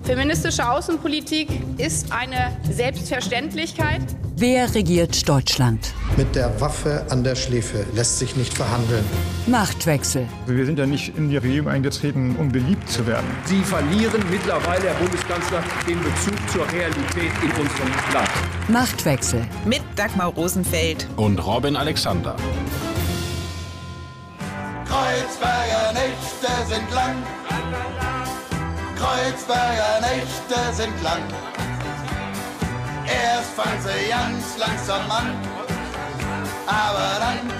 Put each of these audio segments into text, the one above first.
Feministische Außenpolitik ist eine Selbstverständlichkeit. Wer regiert Deutschland? Mit der Waffe an der Schläfe lässt sich nicht verhandeln. Machtwechsel. Wir sind ja nicht in die Regierung eingetreten, um beliebt zu werden. Sie verlieren mittlerweile, Herr Bundeskanzler, den Bezug zur Realität in unserem Land. Machtwechsel. Mit Dagmar Rosenfeld und Robin Alexander. Kreuzberger Nächte sind lang. Kreuzberger Nächte sind lang. Erst fangen sie ganz langsam an, aber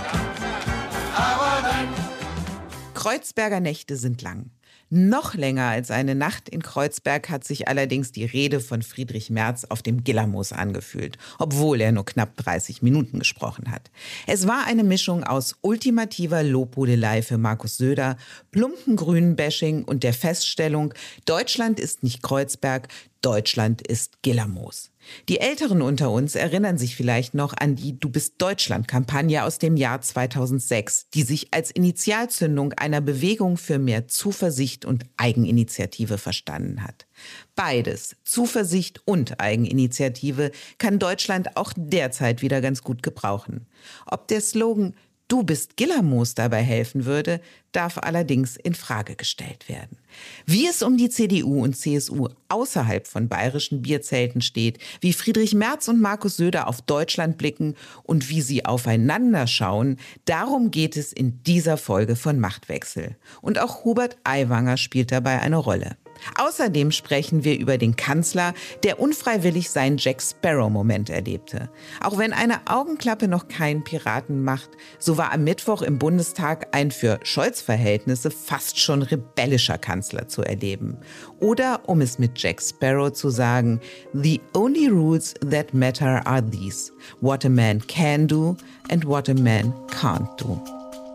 dann. Kreuzberger Nächte sind lang. Noch länger als eine Nacht in Kreuzberg hat sich allerdings die Rede von Friedrich Merz auf dem Gillermoos angefühlt, obwohl er nur knapp 30 Minuten gesprochen hat. Es war eine Mischung aus ultimativer Lobhudelei für Markus Söder, plumpen Grünen-Bashing und der Feststellung, Deutschland ist nicht Kreuzberg, Deutschland ist Gillermoos. Die Älteren unter uns erinnern sich vielleicht noch an die Du bist Deutschland-Kampagne aus dem Jahr 2006, die sich als Initialzündung einer Bewegung für mehr Zuversicht und Eigeninitiative verstanden hat. Beides, Zuversicht und Eigeninitiative, kann Deutschland auch derzeit wieder ganz gut gebrauchen. Ob der Slogan Du bist Gillermoos dabei helfen würde, darf allerdings in Frage gestellt werden. Wie es um die CDU und CSU außerhalb von bayerischen Bierzelten steht, wie Friedrich Merz und Markus Söder auf Deutschland blicken und wie sie aufeinander schauen, darum geht es in dieser Folge von Machtwechsel. Und auch Hubert Aiwanger spielt dabei eine Rolle. Außerdem sprechen wir über den Kanzler, der unfreiwillig seinen Jack Sparrow-Moment erlebte. Auch wenn eine Augenklappe noch keinen Piraten macht, so war am Mittwoch im Bundestag ein für Scholz-Verhältnisse fast schon rebellischer Kanzler zu erleben. Oder, um es mit Jack Sparrow zu sagen, the only rules that matter are these: what a man can do and what a man can't do.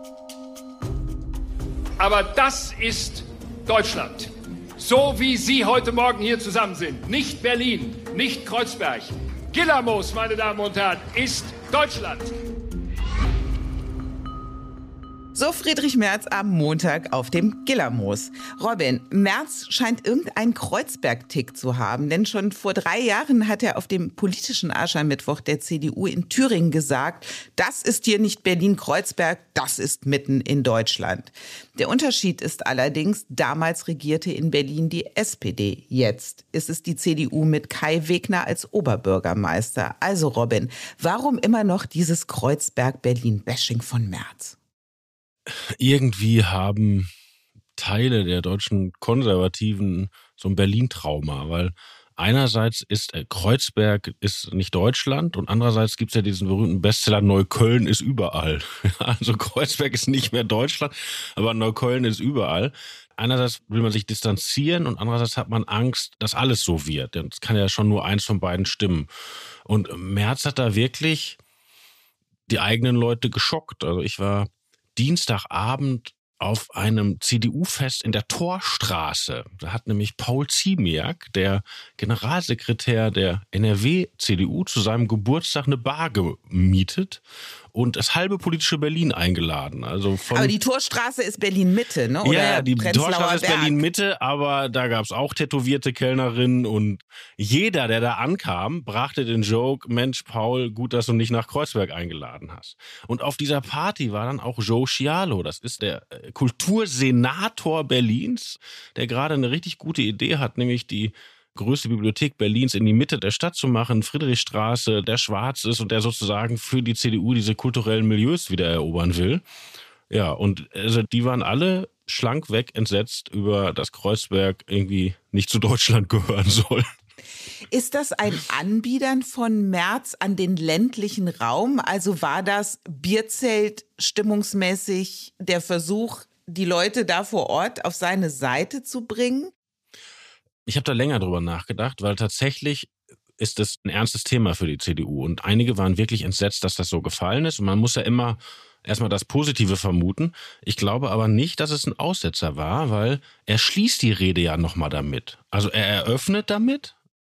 Aber das ist Deutschland. So wie Sie heute Morgen hier zusammen sind. Nicht Berlin, nicht Kreuzberg. Gillermoos, meine Damen und Herren, ist Deutschland. So Friedrich Merz am Montag auf dem Gillermoos. Robin, Merz scheint irgendeinen Kreuzberg-Tick zu haben, denn schon vor 3 Jahren hat er auf dem politischen Aschermittwoch der CDU in Thüringen gesagt, das ist hier nicht Berlin-Kreuzberg, das ist mitten in Deutschland. Der Unterschied ist allerdings, damals regierte in Berlin die SPD, jetzt ist es die CDU mit Kai Wegner als Oberbürgermeister. Also Robin, warum immer noch dieses Kreuzberg-Berlin-Bashing von Merz? Irgendwie haben Teile der deutschen Konservativen so ein Berlin-Trauma, weil einerseits ist Kreuzberg ist nicht Deutschland und andererseits gibt es ja diesen berühmten Bestseller Neukölln ist überall. Also Kreuzberg ist nicht mehr Deutschland, aber Neukölln ist überall. Einerseits will man sich distanzieren und andererseits hat man Angst, dass alles so wird. Denn es kann ja schon nur eins von beiden stimmen. Und Merz hat da wirklich die eigenen Leute geschockt. Also ich war Dienstagabend auf einem CDU-Fest in der Torstraße. Da hat nämlich Paul Ziemiak, der Generalsekretär der NRW-CDU, zu seinem Geburtstag eine Bar gemietet und das halbe politische Berlin eingeladen. Also aber die Torstraße ist Berlin-Mitte, ne? Oder ja, die Prenzlauer Torstraße ist Berg. Berlin-Mitte, aber da gab es auch tätowierte Kellnerinnen und jeder, der da ankam, brachte den Joke, Mensch, Paul, gut, dass du nicht nach Kreuzberg eingeladen hast. Und auf dieser Party war dann auch Joe Scialo, das ist der Kultursenator Berlins, der gerade eine richtig gute Idee hat, nämlich die größte Bibliothek Berlins in die Mitte der Stadt zu machen, Friedrichstraße, der schwarz ist und der sozusagen für die CDU diese kulturellen Milieus wieder erobern will. Ja, und also die waren alle schlankweg entsetzt über, dass Kreuzberg irgendwie nicht zu Deutschland gehören soll. Ist das ein Anbiedern von Merz an den ländlichen Raum? Also war das Bierzelt stimmungsmäßig der Versuch, die Leute da vor Ort auf seine Seite zu bringen? Ich habe da länger drüber nachgedacht, weil tatsächlich ist es ein ernstes Thema für die CDU. Und einige waren wirklich entsetzt, dass das so gefallen ist. Und man muss ja immer erstmal das Positive vermuten. Ich glaube aber nicht, dass es ein Aussetzer war, weil er schließt die Rede ja nochmal damit. Also er eröffnet damit,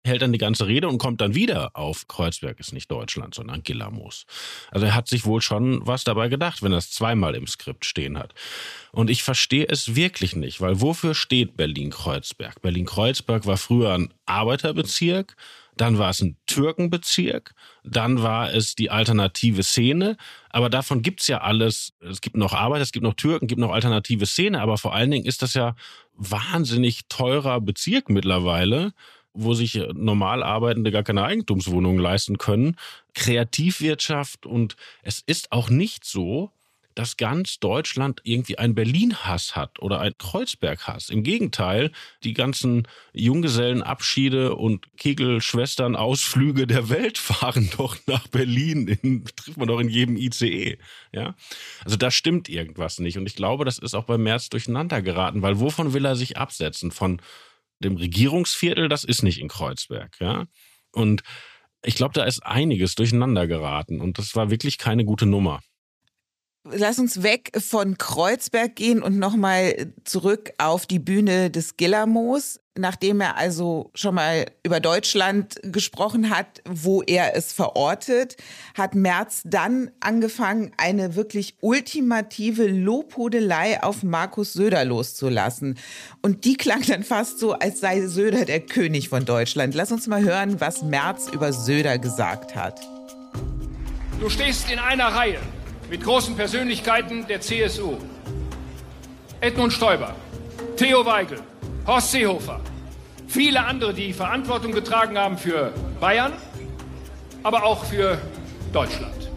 hält dann die ganze Rede und kommt dann wieder auf Kreuzberg ist nicht Deutschland, sondern Gillermoos. Also er hat sich wohl schon was dabei gedacht, wenn er es zweimal im Skript stehen hat. Und ich verstehe es wirklich nicht, weil wofür steht Berlin-Kreuzberg? Berlin-Kreuzberg war früher ein Arbeiterbezirk, dann war es ein Türkenbezirk, dann war es die alternative Szene, aber davon gibt's ja alles. Es gibt noch Arbeit, es gibt noch Türken, es gibt noch alternative Szene, aber vor allen Dingen ist das ja wahnsinnig teurer Bezirk mittlerweile, wo sich normal Arbeitende gar keine Eigentumswohnungen leisten können. Kreativwirtschaft, und es ist auch nicht so, dass ganz Deutschland irgendwie einen Berlin-Hass hat oder einen Kreuzberg-Hass. Im Gegenteil, die ganzen Junggesellenabschiede und Kegelschwestern-Ausflüge der Welt fahren doch nach Berlin, trifft man doch in jedem ICE. Ja? Also da stimmt irgendwas nicht. Und ich glaube, das ist auch bei Merz durcheinander geraten, weil wovon will er sich absetzen? Von dem Regierungsviertel, das ist nicht in Kreuzberg. Ja? Und ich glaube, da ist einiges durcheinander geraten und das war wirklich keine gute Nummer. Lass uns weg von Kreuzberg gehen und nochmal zurück auf die Bühne des Gillermoos. Nachdem er also schon mal über Deutschland gesprochen hat, wo er es verortet, hat Merz dann angefangen, eine wirklich ultimative Lobhudelei auf Markus Söder loszulassen. Und die klang dann fast so, als sei Söder der König von Deutschland. Lass uns mal hören, was Merz über Söder gesagt hat. Du stehst in einer Reihe mit großen Persönlichkeiten der CSU. Edmund Stoiber, Theo Weigel, Horst Seehofer, viele andere, die Verantwortung getragen haben für Bayern, aber auch für Deutschland.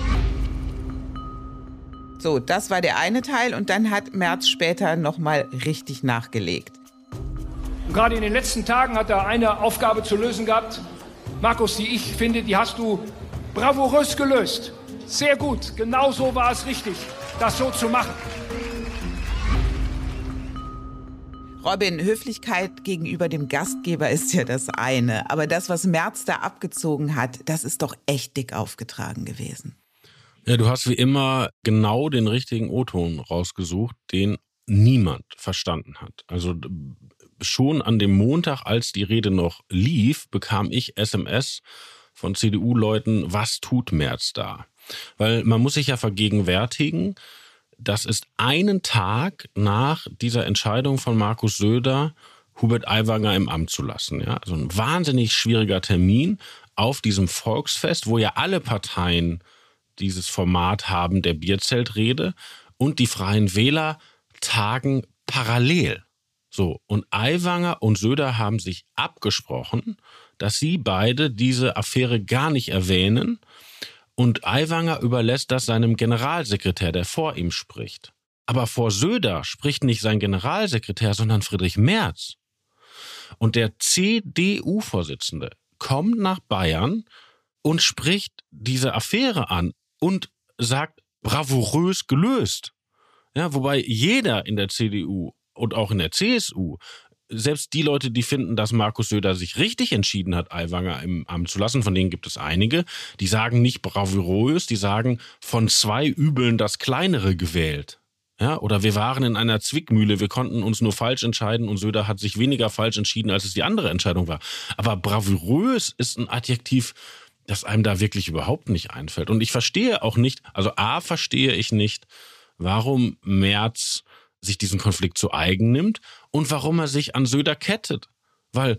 So, das war der eine Teil und dann hat Merz später nochmal richtig nachgelegt. Und gerade in den letzten Tagen hat er eine Aufgabe zu lösen gehabt, Markus, die ich finde, die hast du bravourös gelöst. Sehr gut, genau so war es richtig, das so zu machen. Robin, Höflichkeit gegenüber dem Gastgeber ist ja das eine. Aber das, was Merz da abgezogen hat, das ist doch echt dick aufgetragen gewesen. Ja, du hast wie immer genau den richtigen O-Ton rausgesucht, den niemand verstanden hat. Also schon an dem Montag, als die Rede noch lief, bekam ich SMS von CDU-Leuten, was tut Merz da? Weil man muss sich ja vergegenwärtigen, das ist einen Tag nach dieser Entscheidung von Markus Söder, Hubert Aiwanger im Amt zu lassen. Ja? Also ein wahnsinnig schwieriger Termin auf diesem Volksfest, wo ja alle Parteien dieses Format haben der Bierzeltrede und die Freien Wähler tagen parallel. So, und Aiwanger und Söder haben sich abgesprochen, dass sie beide diese Affäre gar nicht erwähnen. Und Aiwanger überlässt das seinem Generalsekretär, der vor ihm spricht. Aber vor Söder spricht nicht sein Generalsekretär, sondern Friedrich Merz. Und der CDU-Vorsitzende kommt nach Bayern und spricht diese Affäre an und sagt, bravourös gelöst. Ja, wobei jeder in der CDU und auch in der CSU, selbst die Leute, die finden, dass Markus Söder sich richtig entschieden hat, Aiwanger im Amt zu lassen, von denen gibt es einige, die sagen nicht bravourös, die sagen von 2 Übeln das kleinere gewählt. Ja, oder wir waren in einer Zwickmühle, wir konnten uns nur falsch entscheiden und Söder hat sich weniger falsch entschieden, als es die andere Entscheidung war. Aber bravourös ist ein Adjektiv, das einem da wirklich überhaupt nicht einfällt. Und ich verstehe auch nicht, also A, verstehe ich nicht, warum Merz sich diesen Konflikt zu eigen nimmt und warum er sich an Söder kettet. Weil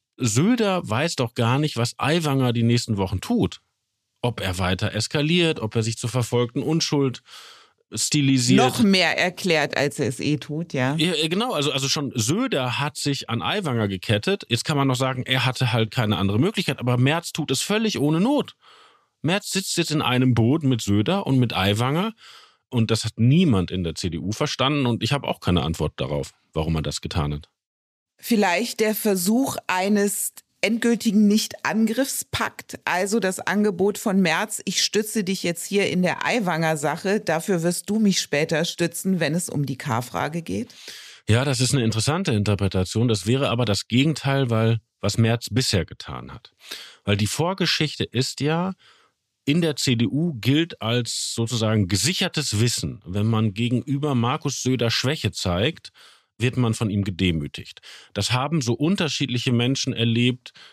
Söder weiß doch gar nicht, was Aiwanger die nächsten Wochen tut. Ob er weiter eskaliert, ob er sich zur verfolgten Unschuld stilisiert. Noch mehr erklärt, als er es tut, ja. Ja, genau, also schon Söder hat sich an Aiwanger gekettet. Jetzt kann man noch sagen, er hatte halt keine andere Möglichkeit, aber Merz tut es völlig ohne Not. Merz sitzt jetzt in einem Boot mit Söder und mit Aiwanger. Und das hat niemand in der CDU verstanden und ich habe auch keine Antwort darauf, warum er das getan hat. Vielleicht der Versuch eines endgültigen Nicht-Angriffspakt, also das Angebot von Merz, ich stütze dich jetzt hier in der Aiwanger-Sache, dafür wirst du mich später stützen, wenn es um die K-Frage geht? Ja, das ist eine interessante Interpretation. Das wäre aber das Gegenteil, was Merz bisher getan hat. Weil die Vorgeschichte ist ja, in der CDU gilt als sozusagen gesichertes Wissen, wenn man gegenüber Markus Söder Schwäche zeigt, wird man von ihm gedemütigt. Das haben so unterschiedliche Menschen erlebt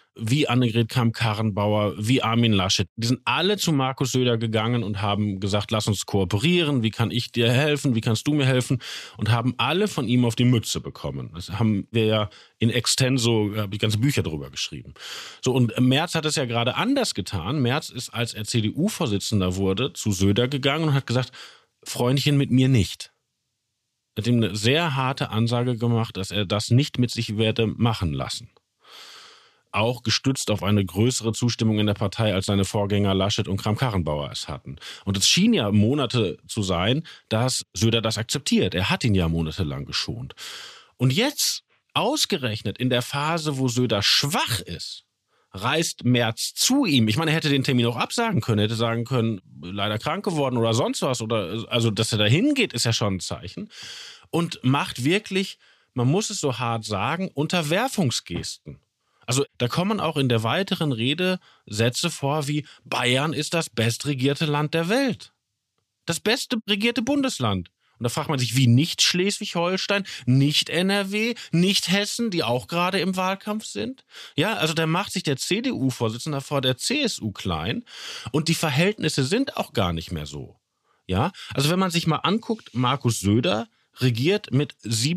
wie Annegret Kramp-Karrenbauer, wie Armin Laschet. Die sind alle zu Markus Söder gegangen und haben gesagt, lass uns kooperieren, wie kann ich dir helfen, wie kannst du mir helfen? Und haben alle von ihm auf die Mütze bekommen. Das haben wir ja in extenso, habe ich ganze Bücher drüber geschrieben. So, und Merz hat es ja gerade anders getan. Merz ist, als er CDU-Vorsitzender wurde, zu Söder gegangen und hat gesagt, Freundchen, mit mir nicht. Hat ihm eine sehr harte Ansage gemacht, dass er das nicht mit sich werde machen lassen. Auch gestützt auf eine größere Zustimmung in der Partei, als seine Vorgänger Laschet und Kramp-Karrenbauer es hatten. Und es schien ja Monate zu sein, dass Söder das akzeptiert. Er hat ihn ja monatelang geschont. Und jetzt, ausgerechnet in der Phase, wo Söder schwach ist, reist Merz zu ihm. Ich meine, er hätte den Termin auch absagen können, hätte sagen können, leider krank geworden oder sonst was. Oder, also, dass er da hingeht, ist ja schon ein Zeichen. Und macht wirklich, man muss es so hart sagen, Unterwerfungsgesten. Also da kommen auch in der weiteren Rede Sätze vor wie Bayern ist das bestregierte Land der Welt. Das beste regierte Bundesland. Und da fragt man sich, wie nicht Schleswig-Holstein, nicht NRW, nicht Hessen, die auch gerade im Wahlkampf sind? Ja, also da macht sich der CDU-Vorsitzende vor der CSU klein und die Verhältnisse sind auch gar nicht mehr so. Ja, also wenn man sich mal anguckt, Markus Söder regiert mit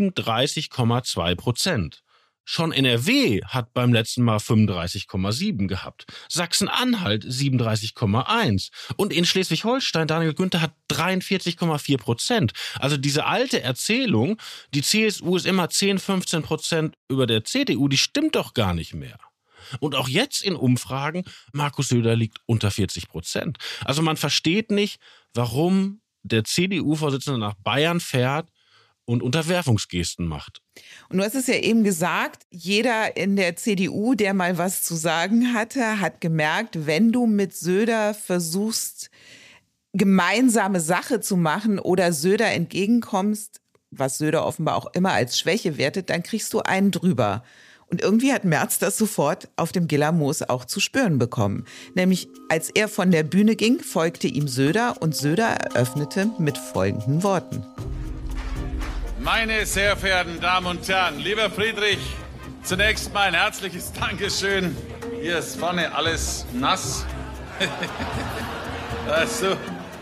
37,2%. Schon NRW hat beim letzten Mal 35,7 gehabt. Sachsen-Anhalt 37,1. Und in Schleswig-Holstein, Daniel Günther hat 43,4%. Also diese alte Erzählung, die CSU ist immer 10-15% über der CDU, die stimmt doch gar nicht mehr. Und auch jetzt in Umfragen, Markus Söder liegt unter 40%. Also man versteht nicht, warum der CDU-Vorsitzende nach Bayern fährt und Unterwerfungsgesten macht. Und du hast es ja eben gesagt, jeder in der CDU, der mal was zu sagen hatte, hat gemerkt, wenn du mit Söder versuchst, gemeinsame Sache zu machen oder Söder entgegenkommst, was Söder offenbar auch immer als Schwäche wertet, dann kriegst du einen drüber. Und irgendwie hat Merz das sofort auf dem Gillermoos auch zu spüren bekommen. Nämlich als er von der Bühne ging, folgte ihm Söder und Söder eröffnete mit folgenden Worten. Meine sehr verehrten Damen und Herren, lieber Friedrich, zunächst mein herzliches Dankeschön. Hier ist vorne alles nass. Also.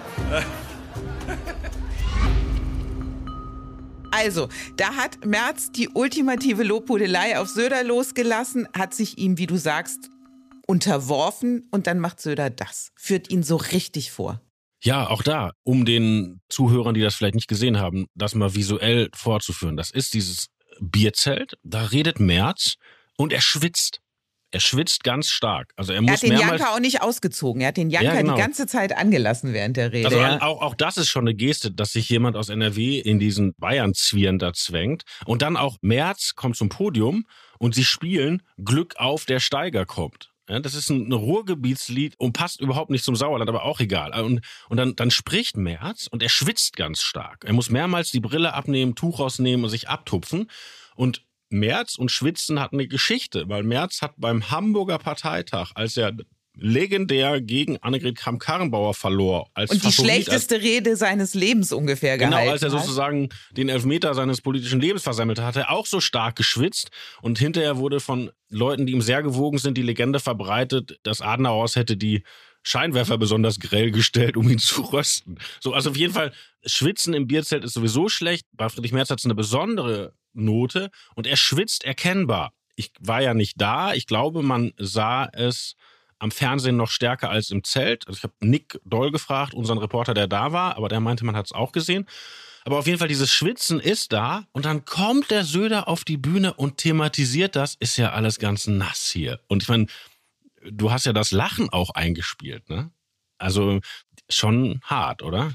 Also, da hat Merz die ultimative Lobhudelei auf Söder losgelassen, hat sich ihm, wie du sagst, unterworfen und dann macht Söder das, führt ihn so richtig vor. Ja, auch da, um den Zuhörern, die das vielleicht nicht gesehen haben, das mal visuell vorzuführen. Das ist dieses Bierzelt, da redet Merz und er schwitzt. Er schwitzt ganz stark. Also er hat den Janker auch nicht ausgezogen. Er hat den Janker die ganze Zeit angelassen während der Rede. Also auch das ist schon eine Geste, dass sich jemand aus NRW in diesen Bayern-Zwirn da zwängt. Und dann auch Merz kommt zum Podium und sie spielen Glück auf, der Steiger kommt. Ja, das ist ein Ruhrgebietslied und passt überhaupt nicht zum Sauerland, aber auch egal. Und dann spricht Merz und er schwitzt ganz stark. Er muss mehrmals die Brille abnehmen, Tuch rausnehmen und sich abtupfen. Und Merz und Schwitzen hat eine Geschichte, weil Merz hat beim Hamburger Parteitag, als er legendär gegen Annegret Kramp-Karrenbauer verlor. Als und die schlechteste Rede seines Lebens ungefähr gehalten hat. Genau, als er sozusagen den Elfmeter seines politischen Lebens versammelt hat, hat er auch so stark geschwitzt. Und hinterher wurde von Leuten, die ihm sehr gewogen sind, die Legende verbreitet, dass Adenauer hätte die Scheinwerfer besonders grell gestellt, um ihn zu rösten. So, also auf jeden Fall, Schwitzen im Bierzelt ist sowieso schlecht. Bei Friedrich Merz hat es eine besondere Note und er schwitzt erkennbar. Ich war ja nicht da. Ich glaube, man sah es am Fernsehen noch stärker als im Zelt. Also ich habe Nick Doll gefragt, unseren Reporter, der da war, aber der meinte, man hat es auch gesehen. Aber auf jeden Fall, dieses Schwitzen ist da und dann kommt der Söder auf die Bühne und thematisiert das, ist ja alles ganz nass hier. Und ich meine, du hast ja das Lachen auch eingespielt, ne? Also schon hart, oder?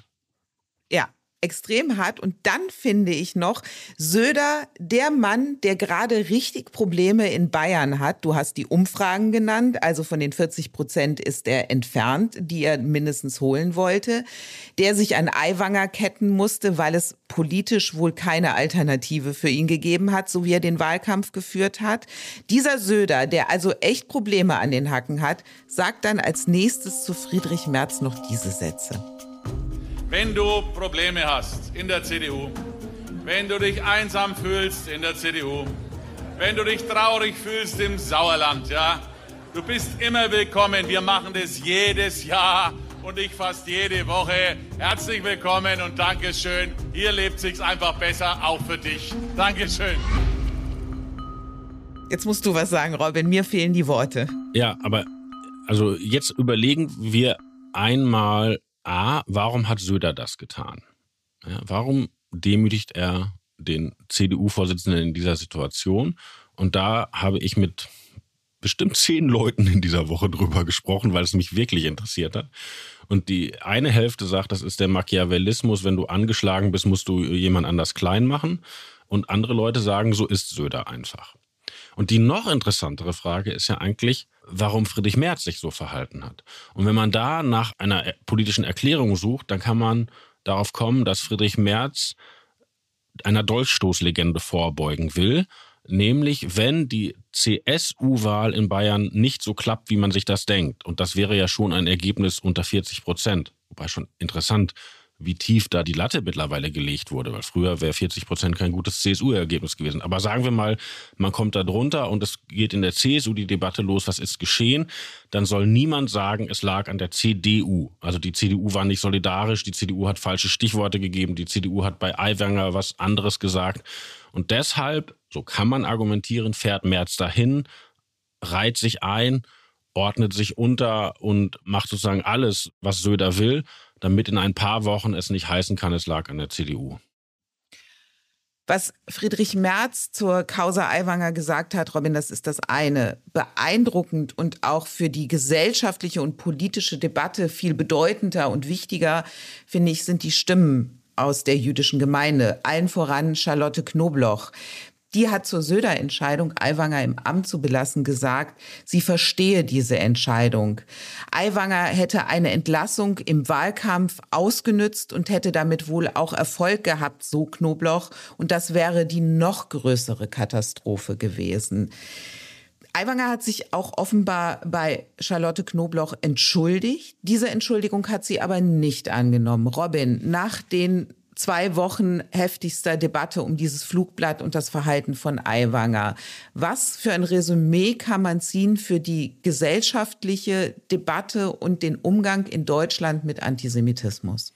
Ja. Extrem hart. Und dann finde ich noch, Söder, der Mann, der gerade richtig Probleme in Bayern hat. Du hast die Umfragen genannt, also von den 40% ist er entfernt, die er mindestens holen wollte, der sich an Aiwanger ketten musste, weil es politisch wohl keine Alternative für ihn gegeben hat, so wie er den Wahlkampf geführt hat. Dieser Söder, der also echt Probleme an den Hacken hat, sagt dann als nächstes zu Friedrich Merz noch diese Sätze. Wenn du Probleme hast in der CDU, wenn du dich einsam fühlst in der CDU, wenn du dich traurig fühlst im Sauerland, ja, Du bist immer willkommen. Wir machen das jedes Jahr und ich fast jede Woche. Herzlich willkommen und Dankeschön. Hier lebt sich's einfach besser, auch für dich. Dankeschön. Jetzt musst du was sagen, Robin. Mir fehlen die Worte. Ja, aber also jetzt überlegen wir einmal, warum hat Söder das getan? Ja, warum demütigt er den CDU-Vorsitzenden in dieser Situation? Und da habe ich mit bestimmt 10 Leuten in dieser Woche drüber gesprochen, weil es mich wirklich interessiert hat. Und die eine Hälfte sagt, das ist der Machiavellismus, wenn du angeschlagen bist, musst du jemand anders klein machen. Und andere Leute sagen, so ist Söder einfach. Und die noch interessantere Frage ist ja eigentlich, warum Friedrich Merz sich so verhalten hat. Und wenn man da nach einer politischen Erklärung sucht, dann kann man darauf kommen, dass Friedrich Merz einer Dolchstoßlegende vorbeugen will. Nämlich, wenn die CSU-Wahl in Bayern nicht so klappt, wie man sich das denkt. Und das wäre ja schon ein Ergebnis unter 40%. Wobei schon interessant, wie tief da die Latte mittlerweile gelegt wurde. Weil früher wäre 40% kein gutes CSU-Ergebnis gewesen. Aber sagen wir mal, man kommt da drunter und es geht in der CSU die Debatte los, was ist geschehen? Dann soll niemand sagen, es lag an der CDU. Also die CDU war nicht solidarisch, die CDU hat falsche Stichworte gegeben, die CDU hat bei Aiwanger was anderes gesagt. Und deshalb, so kann man argumentieren, fährt Merz dahin, reiht sich ein, ordnet sich unter und macht sozusagen alles, was Söder will, damit in ein paar Wochen es nicht heißen kann, es lag an der CDU. Was Friedrich Merz zur Causa Aiwanger gesagt hat, Robin, das ist das eine. Beeindruckend und auch für die gesellschaftliche und politische Debatte viel bedeutender und wichtiger, finde ich, sind die Stimmen aus der jüdischen Gemeinde, allen voran Charlotte Knobloch. Die hat zur Söder-Entscheidung, Aiwanger im Amt zu belassen, gesagt, sie verstehe diese Entscheidung. Aiwanger hätte eine Entlassung im Wahlkampf ausgenützt und hätte damit wohl auch Erfolg gehabt, so Knobloch. Und das wäre die noch größere Katastrophe gewesen. Aiwanger hat sich auch offenbar bei Charlotte Knobloch entschuldigt. Diese Entschuldigung hat sie aber nicht angenommen. Robin, nach den 2 Wochen heftigster Debatte um dieses Flugblatt und das Verhalten von Aiwanger, was für ein Resümee kann man ziehen für die gesellschaftliche Debatte und den Umgang in Deutschland mit Antisemitismus?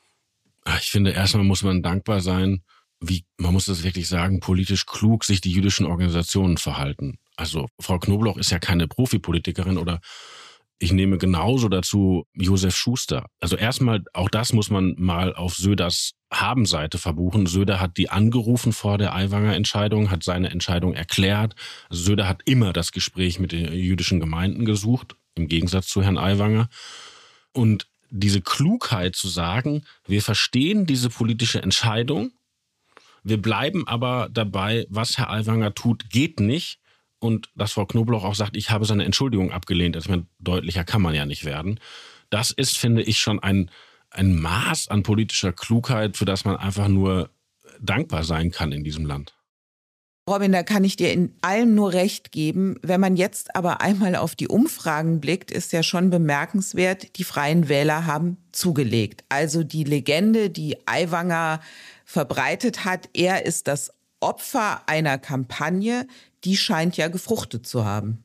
Ich finde, erstmal muss man dankbar sein, man muss das wirklich sagen, politisch klug sich die jüdischen Organisationen verhalten. Also Frau Knobloch ist ja keine Profipolitikerin oder ich nehme genauso dazu Josef Schuster. Also erstmal, auch das muss man mal auf Söders Habenseite verbuchen. Söder hat die angerufen vor der Aiwanger-Entscheidung, hat seine Entscheidung erklärt. Also Söder hat immer das Gespräch mit den jüdischen Gemeinden gesucht, im Gegensatz zu Herrn Aiwanger. Und diese Klugheit zu sagen, wir verstehen diese politische Entscheidung, wir bleiben aber dabei, was Herr Aiwanger tut, geht nicht. Und dass Frau Knobloch auch sagt, ich habe seine Entschuldigung abgelehnt. Also deutlicher kann man ja nicht werden. Das ist, finde ich, schon ein Maß an politischer Klugheit, für das man einfach nur dankbar sein kann in diesem Land. Robin, da kann ich dir in allem nur recht geben. Wenn man jetzt aber einmal auf die Umfragen blickt, ist ja schon bemerkenswert, die Freien Wähler haben zugelegt. Also die Legende, die Aiwanger verbreitet hat, er ist das Opfer einer Kampagne, die scheint ja gefruchtet zu haben.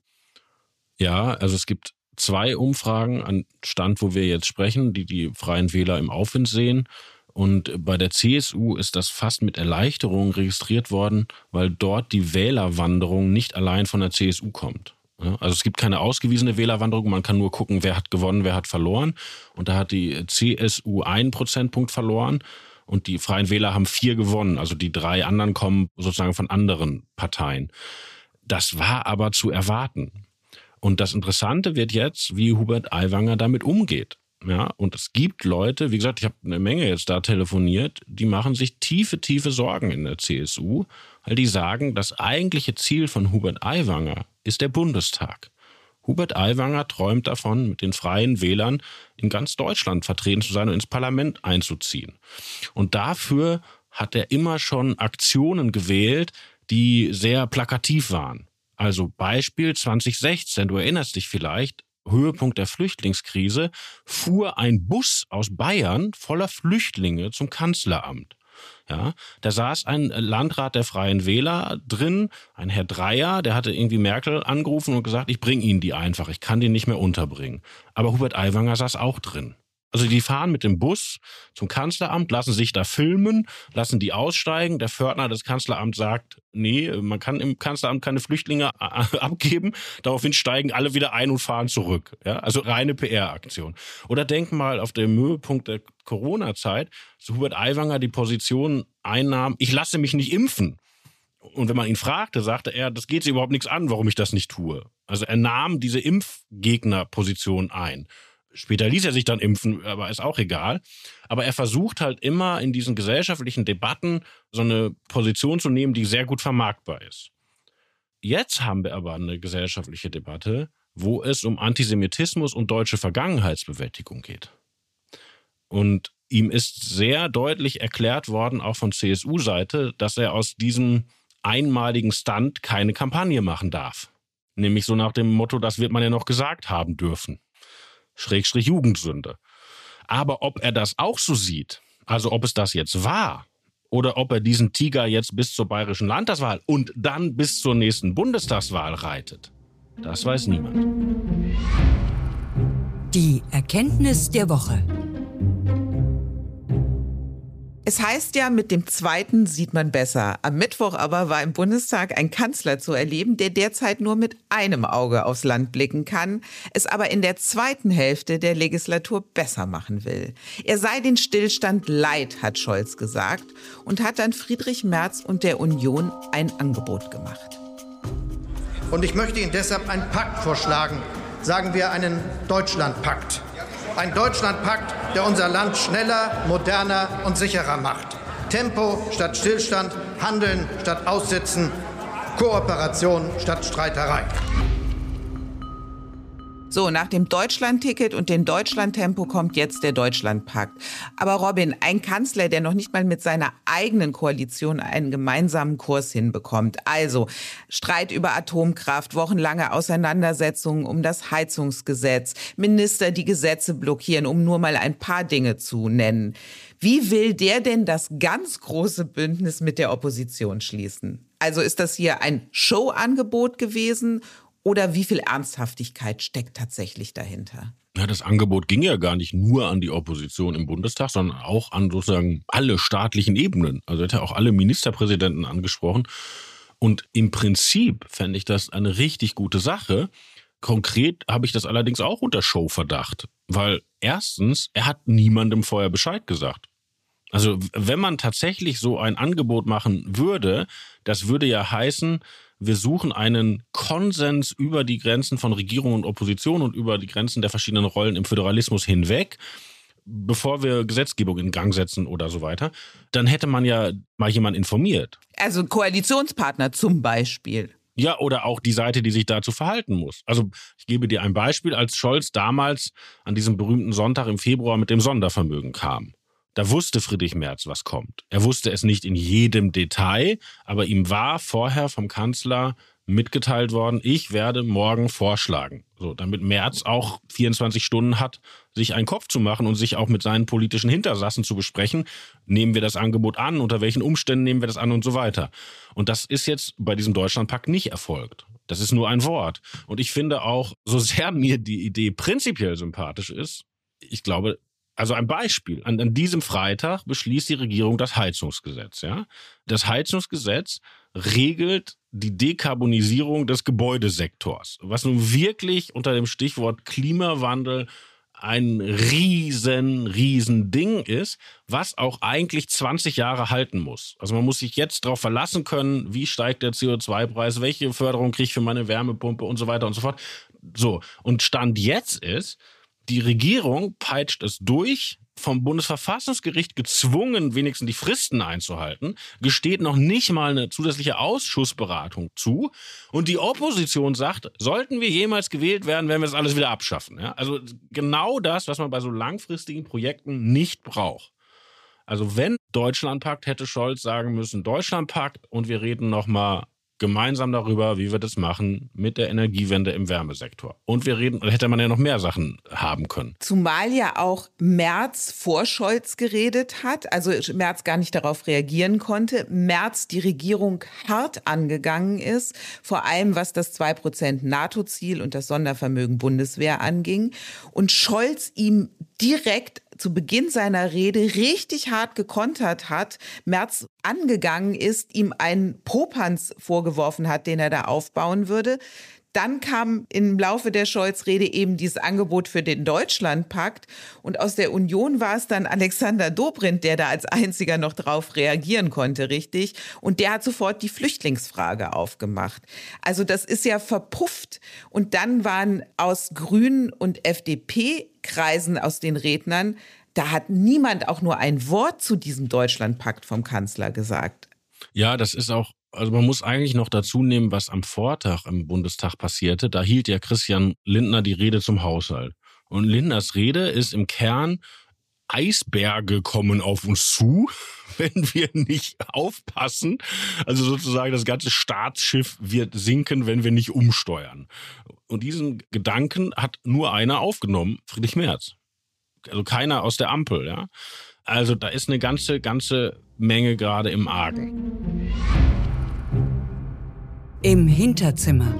Ja, also es gibt 2 Umfragen an Stand, wo wir jetzt sprechen, die Freien Wähler im Aufwind sehen. Und bei der CSU ist das fast mit Erleichterung registriert worden, weil dort die Wählerwanderung nicht allein von der CSU kommt. Also es gibt keine ausgewiesene Wählerwanderung, man kann nur gucken, wer hat gewonnen, wer hat verloren. Und da hat die CSU 1 Prozentpunkt verloren. Und die Freien Wähler haben 4 gewonnen. Also die 3 anderen kommen sozusagen von anderen Parteien. Das war aber zu erwarten. Und das Interessante wird jetzt, wie Hubert Aiwanger damit umgeht. Ja, und es gibt Leute, wie gesagt, ich habe eine Menge jetzt da telefoniert, die machen sich tiefe Sorgen in der CSU, weil die sagen, das eigentliche Ziel von Hubert Aiwanger ist der Bundestag. Hubert Aiwanger träumt davon, mit den Freien Wählern in ganz Deutschland vertreten zu sein und ins Parlament einzuziehen. Und dafür hat er immer schon Aktionen gewählt, die sehr plakativ waren. Also Beispiel 2016, du erinnerst dich vielleicht, Höhepunkt der Flüchtlingskrise, fuhr ein Bus aus Bayern voller Flüchtlinge zum Kanzleramt. Ja, da saß ein Landrat der Freien Wähler drin, ein Herr Dreyer, der hatte irgendwie Merkel angerufen und gesagt, ich bringe Ihnen die einfach, ich kann die nicht mehr unterbringen. Aber Hubert Aiwanger saß auch drin. Also die fahren mit dem Bus zum Kanzleramt, lassen sich da filmen, lassen die aussteigen. Der Pförtner des Kanzleramts sagt, nee, man kann im Kanzleramt keine Flüchtlinge abgeben. Daraufhin steigen alle wieder ein und fahren zurück. Ja, also reine PR-Aktion. Oder denk mal auf den Höhepunkt der Corona-Zeit, so Hubert Aiwanger die Position einnahm, ich lasse mich nicht impfen. Und wenn man ihn fragte, sagte er, das geht Sie überhaupt nichts an, warum ich das nicht tue. Also er nahm diese Impfgegnerposition ein. Später ließ er sich dann impfen, aber ist auch egal. Aber er versucht halt immer in diesen gesellschaftlichen Debatten so eine Position zu nehmen, die sehr gut vermarktbar ist. Jetzt haben wir aber eine gesellschaftliche Debatte, wo es um Antisemitismus und deutsche Vergangenheitsbewältigung geht. Und ihm ist sehr deutlich erklärt worden, auch von CSU-Seite, dass er aus diesem einmaligen Stunt keine Kampagne machen darf. Nämlich so nach dem Motto, das wird man ja noch gesagt haben dürfen. / Jugendsünde. Aber ob er das auch so sieht, also ob es das jetzt war, oder ob er diesen Tiger jetzt bis zur bayerischen Landtagswahl und dann bis zur nächsten Bundestagswahl reitet, das weiß niemand. Die Erkenntnis der Woche. Es heißt ja, mit dem Zweiten sieht man besser. Am Mittwoch aber war im Bundestag ein Kanzler zu erleben, der derzeit nur mit einem Auge aufs Land blicken kann, es aber in der zweiten Hälfte der Legislatur besser machen will. Er sei den Stillstand leid, hat Scholz gesagt, und hat dann Friedrich Merz und der Union ein Angebot gemacht. Und ich möchte Ihnen deshalb einen Pakt vorschlagen, sagen wir einen Deutschlandpakt. Ein Deutschlandpakt, der unser Land schneller, moderner und sicherer macht. Tempo statt Stillstand, Handeln statt Aussitzen, Kooperation statt Streiterei. So, nach dem Deutschlandticket und dem Deutschlandtempo kommt jetzt der Deutschlandpakt. Aber Robin, ein Kanzler, der noch nicht mal mit seiner eigenen Koalition einen gemeinsamen Kurs hinbekommt. Also Streit über Atomkraft, wochenlange Auseinandersetzungen um das Heizungsgesetz, Minister, die Gesetze blockieren, um nur mal ein paar Dinge zu nennen. Wie will der denn das ganz große Bündnis mit der Opposition schließen? Also ist das hier ein Showangebot gewesen? Oder wie viel Ernsthaftigkeit steckt tatsächlich dahinter? Ja, das Angebot ging ja gar nicht nur an die Opposition im Bundestag, sondern auch an sozusagen alle staatlichen Ebenen. Also er hat ja auch alle Ministerpräsidenten angesprochen. Und im Prinzip fände ich das eine richtig gute Sache. Konkret habe ich das allerdings auch unter Showverdacht. Weil erstens, er hat niemandem vorher Bescheid gesagt. Also wenn man tatsächlich so ein Angebot machen würde, das würde ja heißen, wir suchen einen Konsens über die Grenzen von Regierung und Opposition und über die Grenzen der verschiedenen Rollen im Föderalismus hinweg, bevor wir Gesetzgebung in Gang setzen oder so weiter. Dann hätte man ja mal jemanden informiert. Also Koalitionspartner zum Beispiel. Ja, oder auch die Seite, die sich dazu verhalten muss. Also ich gebe dir ein Beispiel, als Scholz damals an diesem berühmten Sonntag im Februar mit dem Sondervermögen kam. Da wusste Friedrich Merz, was kommt. Er wusste es nicht in jedem Detail, aber ihm war vorher vom Kanzler mitgeteilt worden, ich werde morgen vorschlagen. So, damit Merz auch 24 Stunden hat, sich einen Kopf zu machen und sich auch mit seinen politischen Hintersassen zu besprechen. Nehmen wir das Angebot an? Unter welchen Umständen nehmen wir das an und so weiter? Und das ist jetzt bei diesem Deutschlandpakt nicht erfolgt. Das ist nur ein Wort. Und ich finde auch, so sehr mir die Idee prinzipiell sympathisch ist, ich glaube, also ein Beispiel. An diesem Freitag beschließt die Regierung das Heizungsgesetz. Ja? Das Heizungsgesetz regelt die Dekarbonisierung des Gebäudesektors, was nun wirklich unter dem Stichwort Klimawandel ein riesen Ding ist, was auch eigentlich 20 Jahre halten muss. Also man muss sich jetzt darauf verlassen können, wie steigt der CO2-Preis, welche Förderung kriege ich für meine Wärmepumpe und so weiter und so fort. So, und Stand jetzt ist, die Regierung peitscht es durch, vom Bundesverfassungsgericht gezwungen, wenigstens die Fristen einzuhalten, gesteht noch nicht mal eine zusätzliche Ausschussberatung zu. Und die Opposition sagt, sollten wir jemals gewählt werden, werden wir das alles wieder abschaffen. Ja? Also genau das, was man bei so langfristigen Projekten nicht braucht. Also wenn Deutschlandpakt, hätte Scholz sagen müssen, Deutschlandpakt, und wir reden nochmal gemeinsam darüber, wie wir das machen mit der Energiewende im Wärmesektor. Und hätte man ja noch mehr Sachen haben können. Zumal ja auch Merz vor Scholz geredet hat, also Merz gar nicht darauf reagieren konnte. Merz die Regierung hart angegangen ist, vor allem was das 2% NATO-Ziel und das Sondervermögen Bundeswehr anging. Und Scholz ihm direkt zu Beginn seiner Rede richtig hart gekontert hat, Merz angegangen ist, ihm einen Popanz vorgeworfen hat, den er da aufbauen würde. Dann kam im Laufe der Scholz-Rede eben dieses Angebot für den Deutschlandpakt. Und aus der Union war es dann Alexander Dobrindt, der da als einziger noch drauf reagieren konnte, richtig. Und der hat sofort die Flüchtlingsfrage aufgemacht. Also das ist ja verpufft. Und dann waren aus Grünen und FDP-Kreisen aus den Rednern, da hat niemand auch nur ein Wort zu diesem Deutschlandpakt vom Kanzler gesagt. Ja, das ist auch, also man muss eigentlich noch dazu nehmen, was am Vortag im Bundestag passierte. Da hielt ja Christian Lindner die Rede zum Haushalt. Und Lindners Rede ist im Kern: Eisberge kommen auf uns zu, wenn wir nicht aufpassen. Also sozusagen das ganze Staatsschiff wird sinken, wenn wir nicht umsteuern. Und diesen Gedanken hat nur einer aufgenommen, Friedrich Merz. Also keiner aus der Ampel, ja. Also da ist eine ganze Menge gerade im Argen. Im Hinterzimmer.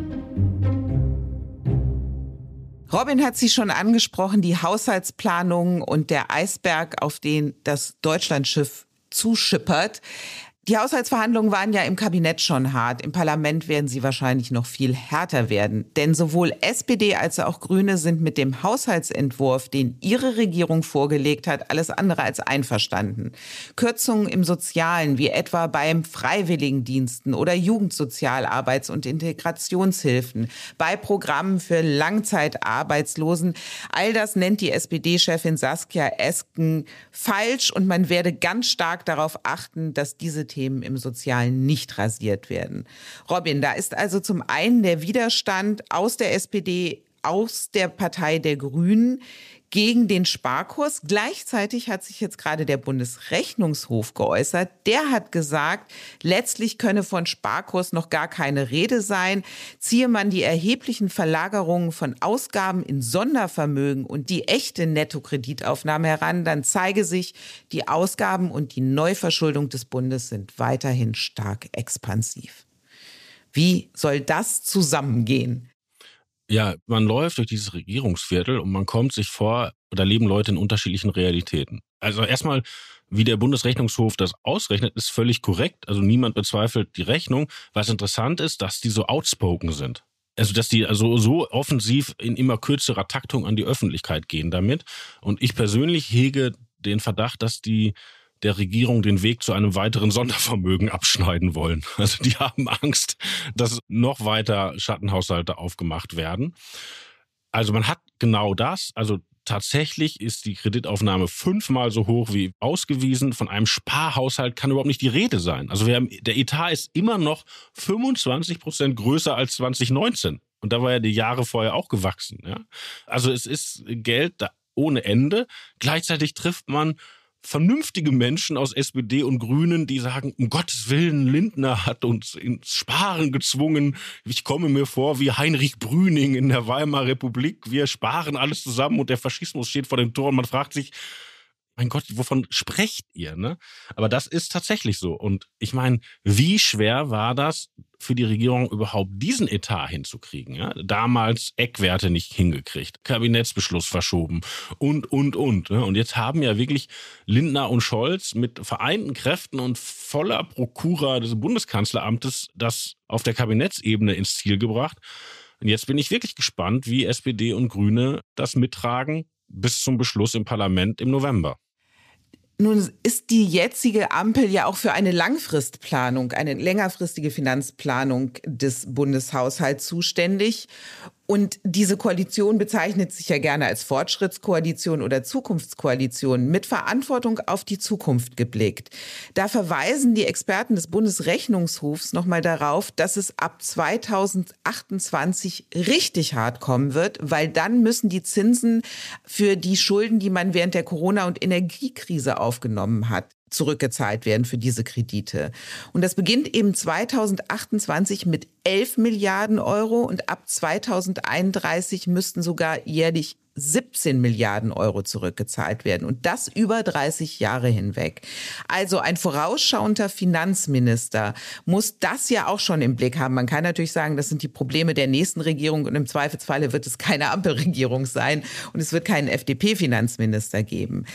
Robin hat sie schon angesprochen, die Haushaltsplanung und der Eisberg, auf den das Deutschlandschiff zuschippert. Die Haushaltsverhandlungen waren ja im Kabinett schon hart. Im Parlament werden sie wahrscheinlich noch viel härter werden. Denn sowohl SPD als auch Grüne sind mit dem Haushaltsentwurf, den ihre Regierung vorgelegt hat, alles andere als einverstanden. Kürzungen im Sozialen, wie etwa beim Freiwilligendiensten oder Jugendsozialarbeits- und Integrationshilfen, bei Programmen für Langzeitarbeitslosen, all das nennt die SPD-Chefin Saskia Esken falsch, und man werde ganz stark darauf achten, dass diese Themen im Sozialen nicht rasiert werden. Robin, da ist also zum einen der Widerstand aus der SPD, aus der Partei der Grünen gegen den Sparkurs. Gleichzeitig hat sich jetzt gerade der Bundesrechnungshof geäußert. Der hat gesagt, letztlich könne von Sparkurs noch gar keine Rede sein. Ziehe man die erheblichen Verlagerungen von Ausgaben in Sondervermögen und die echte Nettokreditaufnahme heran, dann zeige sich, die Ausgaben und die Neuverschuldung des Bundes sind weiterhin stark expansiv. Wie soll das zusammengehen? Ja, man läuft durch dieses Regierungsviertel und man kommt sich vor, da leben Leute in unterschiedlichen Realitäten. Also erstmal, wie der Bundesrechnungshof das ausrechnet, ist völlig korrekt. Also niemand bezweifelt die Rechnung. Was interessant ist, dass die so outspoken sind. Also dass die also so offensiv in immer kürzerer Taktung an die Öffentlichkeit gehen damit. Und ich persönlich hege den Verdacht, dass die der Regierung den Weg zu einem weiteren Sondervermögen abschneiden wollen. Also die haben Angst, dass noch weiter Schattenhaushalte aufgemacht werden. Also man hat genau das. Also tatsächlich ist die Kreditaufnahme 5-mal so hoch wie ausgewiesen. Von einem Sparhaushalt kann überhaupt nicht die Rede sein. Also der Etat ist immer noch 25% größer als 2019. Und da war ja die Jahre vorher auch gewachsen. Ja? Also es ist Geld da ohne Ende. Gleichzeitig trifft man vernünftige Menschen aus SPD und Grünen, die sagen, um Gottes Willen, Lindner hat uns ins Sparen gezwungen. Ich komme mir vor wie Heinrich Brüning in der Weimarer Republik. Wir sparen alles zusammen und der Faschismus steht vor dem Tor. Und man fragt sich, mein Gott, wovon sprecht ihr? Ne? Aber das ist tatsächlich so. Und ich meine, wie schwer war das für die Regierung überhaupt, diesen Etat hinzukriegen? Ja? Damals Eckwerte nicht hingekriegt, Kabinettsbeschluss verschoben und. Ne? Und jetzt haben ja wirklich Lindner und Scholz mit vereinten Kräften und voller Prokura des Bundeskanzleramtes das auf der Kabinettsebene ins Ziel gebracht. Und jetzt bin ich wirklich gespannt, wie SPD und Grüne das mittragen bis zum Beschluss im Parlament im November. Nun ist die jetzige Ampel ja auch für eine Langfristplanung, eine längerfristige Finanzplanung des Bundeshaushalts zuständig. Und diese Koalition bezeichnet sich ja gerne als Fortschrittskoalition oder Zukunftskoalition, mit Verantwortung auf die Zukunft geblickt. Da verweisen die Experten des Bundesrechnungshofs nochmal darauf, dass es ab 2028 richtig hart kommen wird, weil dann müssen die Zinsen für die Schulden, die man während der Corona- und Energiekrise aufgenommen hat, zurückgezahlt werden für diese Kredite. Und das beginnt eben 2028 mit 11 Milliarden Euro und ab 2031 müssten sogar jährlich 17 Milliarden Euro zurückgezahlt werden und das über 30 Jahre hinweg. Also ein vorausschauender Finanzminister muss das ja auch schon im Blick haben. Man kann natürlich sagen, das sind die Probleme der nächsten Regierung und im Zweifelsfalle wird es keine Ampelregierung sein und es wird keinen FDP-Finanzminister geben.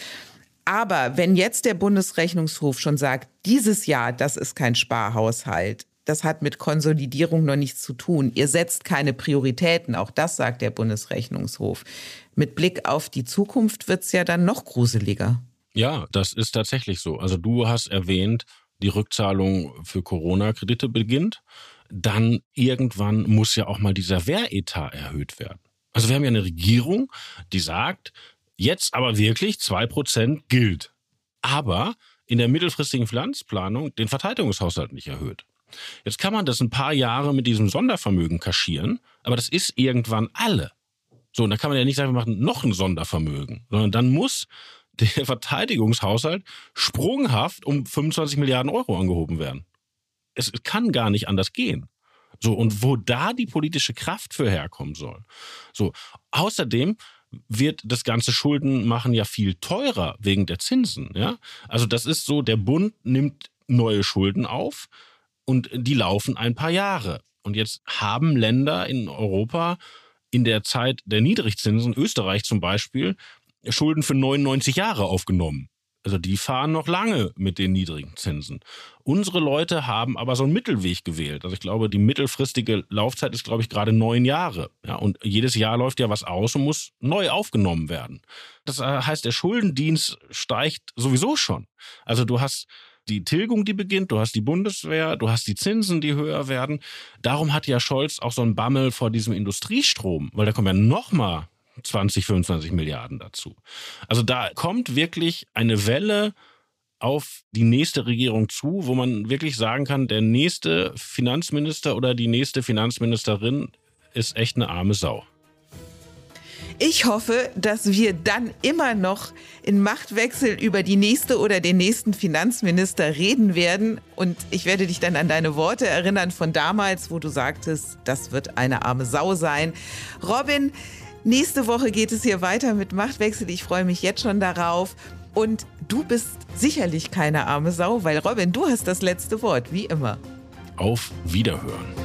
Aber wenn jetzt der Bundesrechnungshof schon sagt, dieses Jahr, das ist kein Sparhaushalt, das hat mit Konsolidierung noch nichts zu tun. Ihr setzt keine Prioritäten, auch das sagt der Bundesrechnungshof. Mit Blick auf die Zukunft wird's ja dann noch gruseliger. Ja, das ist tatsächlich so. Also du hast erwähnt, die Rückzahlung für Corona-Kredite beginnt. Dann irgendwann muss ja auch mal dieser Wehretat erhöht werden. Also wir haben ja eine Regierung, die sagt, jetzt aber wirklich 2% gilt. Aber in der mittelfristigen Finanzplanung den Verteidigungshaushalt nicht erhöht. Jetzt kann man das ein paar Jahre mit diesem Sondervermögen kaschieren, aber das ist irgendwann alle. So, und da kann man ja nicht sagen, wir machen noch ein Sondervermögen, sondern dann muss der Verteidigungshaushalt sprunghaft um 25 Milliarden Euro angehoben werden. Es kann gar nicht anders gehen. So, und wo da die politische Kraft für herkommen soll. So, außerdem wird das ganze Schuldenmachen ja viel teurer wegen der Zinsen. Ja? Also das ist so, der Bund nimmt neue Schulden auf und die laufen ein paar Jahre. Und jetzt haben Länder in Europa in der Zeit der Niedrigzinsen, Österreich zum Beispiel, Schulden für 99 Jahre aufgenommen. Also die fahren noch lange mit den niedrigen Zinsen. Unsere Leute haben aber so einen Mittelweg gewählt. Also ich glaube, die mittelfristige Laufzeit ist, glaube ich, gerade 9 Jahre. Ja, und jedes Jahr läuft ja was aus und muss neu aufgenommen werden. Das heißt, der Schuldendienst steigt sowieso schon. Also du hast die Tilgung, die beginnt, du hast die Bundeswehr, du hast die Zinsen, die höher werden. Darum hat ja Scholz auch so einen Bammel vor diesem Industriestrom, weil da kommen ja nochmal 20, 25 Milliarden dazu. Also da kommt wirklich eine Welle auf die nächste Regierung zu, wo man wirklich sagen kann, der nächste Finanzminister oder die nächste Finanzministerin ist echt eine arme Sau. Ich hoffe, dass wir dann immer noch in Machtwechsel über die nächste oder den nächsten Finanzminister reden werden. Und ich werde dich dann an deine Worte erinnern von damals, wo du sagtest, das wird eine arme Sau sein. Robin, nächste Woche geht es hier weiter mit Machtwechsel. Ich freue mich jetzt schon darauf. Und du bist sicherlich keine arme Sau, weil Robin, du hast das letzte Wort, wie immer. Auf Wiederhören.